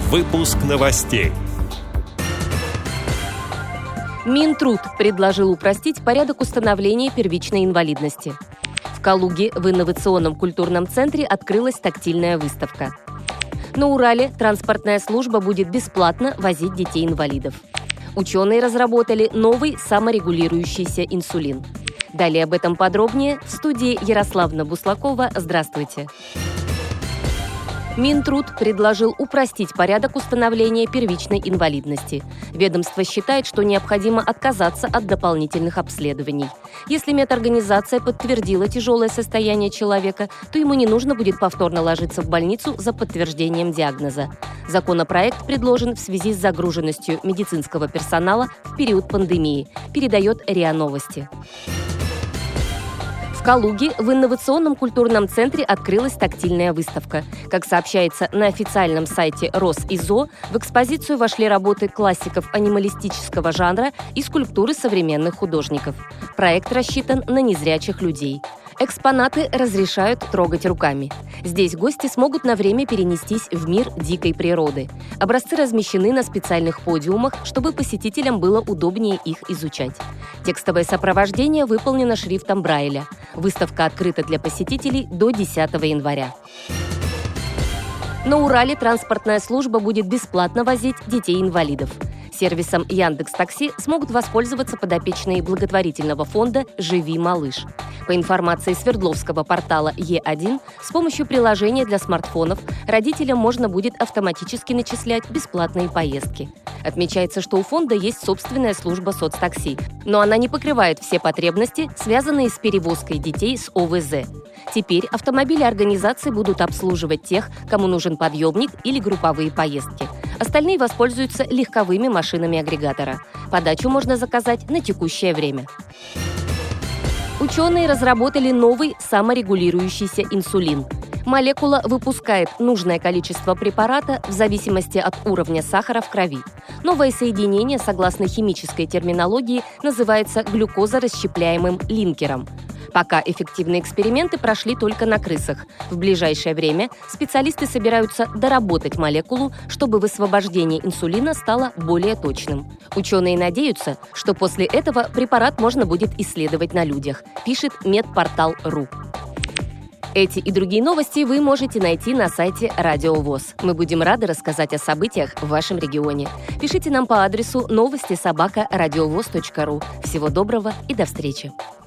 Выпуск новостей. Минтруд предложил упростить порядок установления первичной инвалидности. В Калуге в инновационном культурном центре открылась тактильная выставка. На Урале транспортная служба будет бесплатно возить детей-инвалидов. Ученые разработали новый саморегулирующийся инсулин. Далее об этом подробнее в студии Ярославна Буслакова. Здравствуйте. Минтруд предложил упростить порядок установления первичной инвалидности. Ведомство считает, что необходимо отказаться от дополнительных обследований. Если медорганизация подтвердила тяжелое состояние человека, то ему не нужно будет повторно ложиться в больницу за подтверждением диагноза. Законопроект предложен в связи с загруженностью медицинского персонала в период пандемии, передает РИА Новости. В Калуге в инновационном культурном центре открылась тактильная выставка. Как сообщается на официальном сайте РосИЗО, в экспозицию вошли работы классиков анималистического жанра и скульптуры современных художников. Проект рассчитан на незрячих людей. Экспонаты разрешают трогать руками. Здесь гости смогут на время перенестись в мир дикой природы. Образцы размещены на специальных подиумах, чтобы посетителям было удобнее их изучать. Текстовое сопровождение выполнено шрифтом Брайля. Выставка открыта для посетителей до 10 января. На Урале транспортная служба будет бесплатно возить детей-инвалидов. Сервисом Яндекс.Такси смогут воспользоваться подопечные благотворительного фонда «Живи, малыш». По информации Свердловского портала Е1, с помощью приложения для смартфонов родителям можно будет автоматически начислять бесплатные поездки. Отмечается, что у фонда есть собственная служба соцтакси, но она не покрывает все потребности, связанные с перевозкой детей с ОВЗ. Теперь автомобили организации будут обслуживать тех, кому нужен подъемник или групповые поездки. Остальные воспользуются легковыми машинами агрегатора. Подачу можно заказать на текущее время. Ученые разработали новый саморегулирующийся инсулин. Молекула выпускает нужное количество препарата в зависимости от уровня сахара в крови. Новое соединение, согласно химической терминологии, называется глюкозорасщепляемым линкером. Пока эффективные эксперименты прошли только на крысах. В ближайшее время специалисты собираются доработать молекулу, чтобы высвобождение инсулина стало более точным. Ученые надеются, что после этого препарат можно будет исследовать на людях, пишет Медпортал.ру. Эти и другие новости вы можете найти на сайте Радио ВОС. Мы будем рады рассказать о событиях в вашем регионе. Пишите нам по адресу новости@радиовос.ру. Всего доброго и до встречи!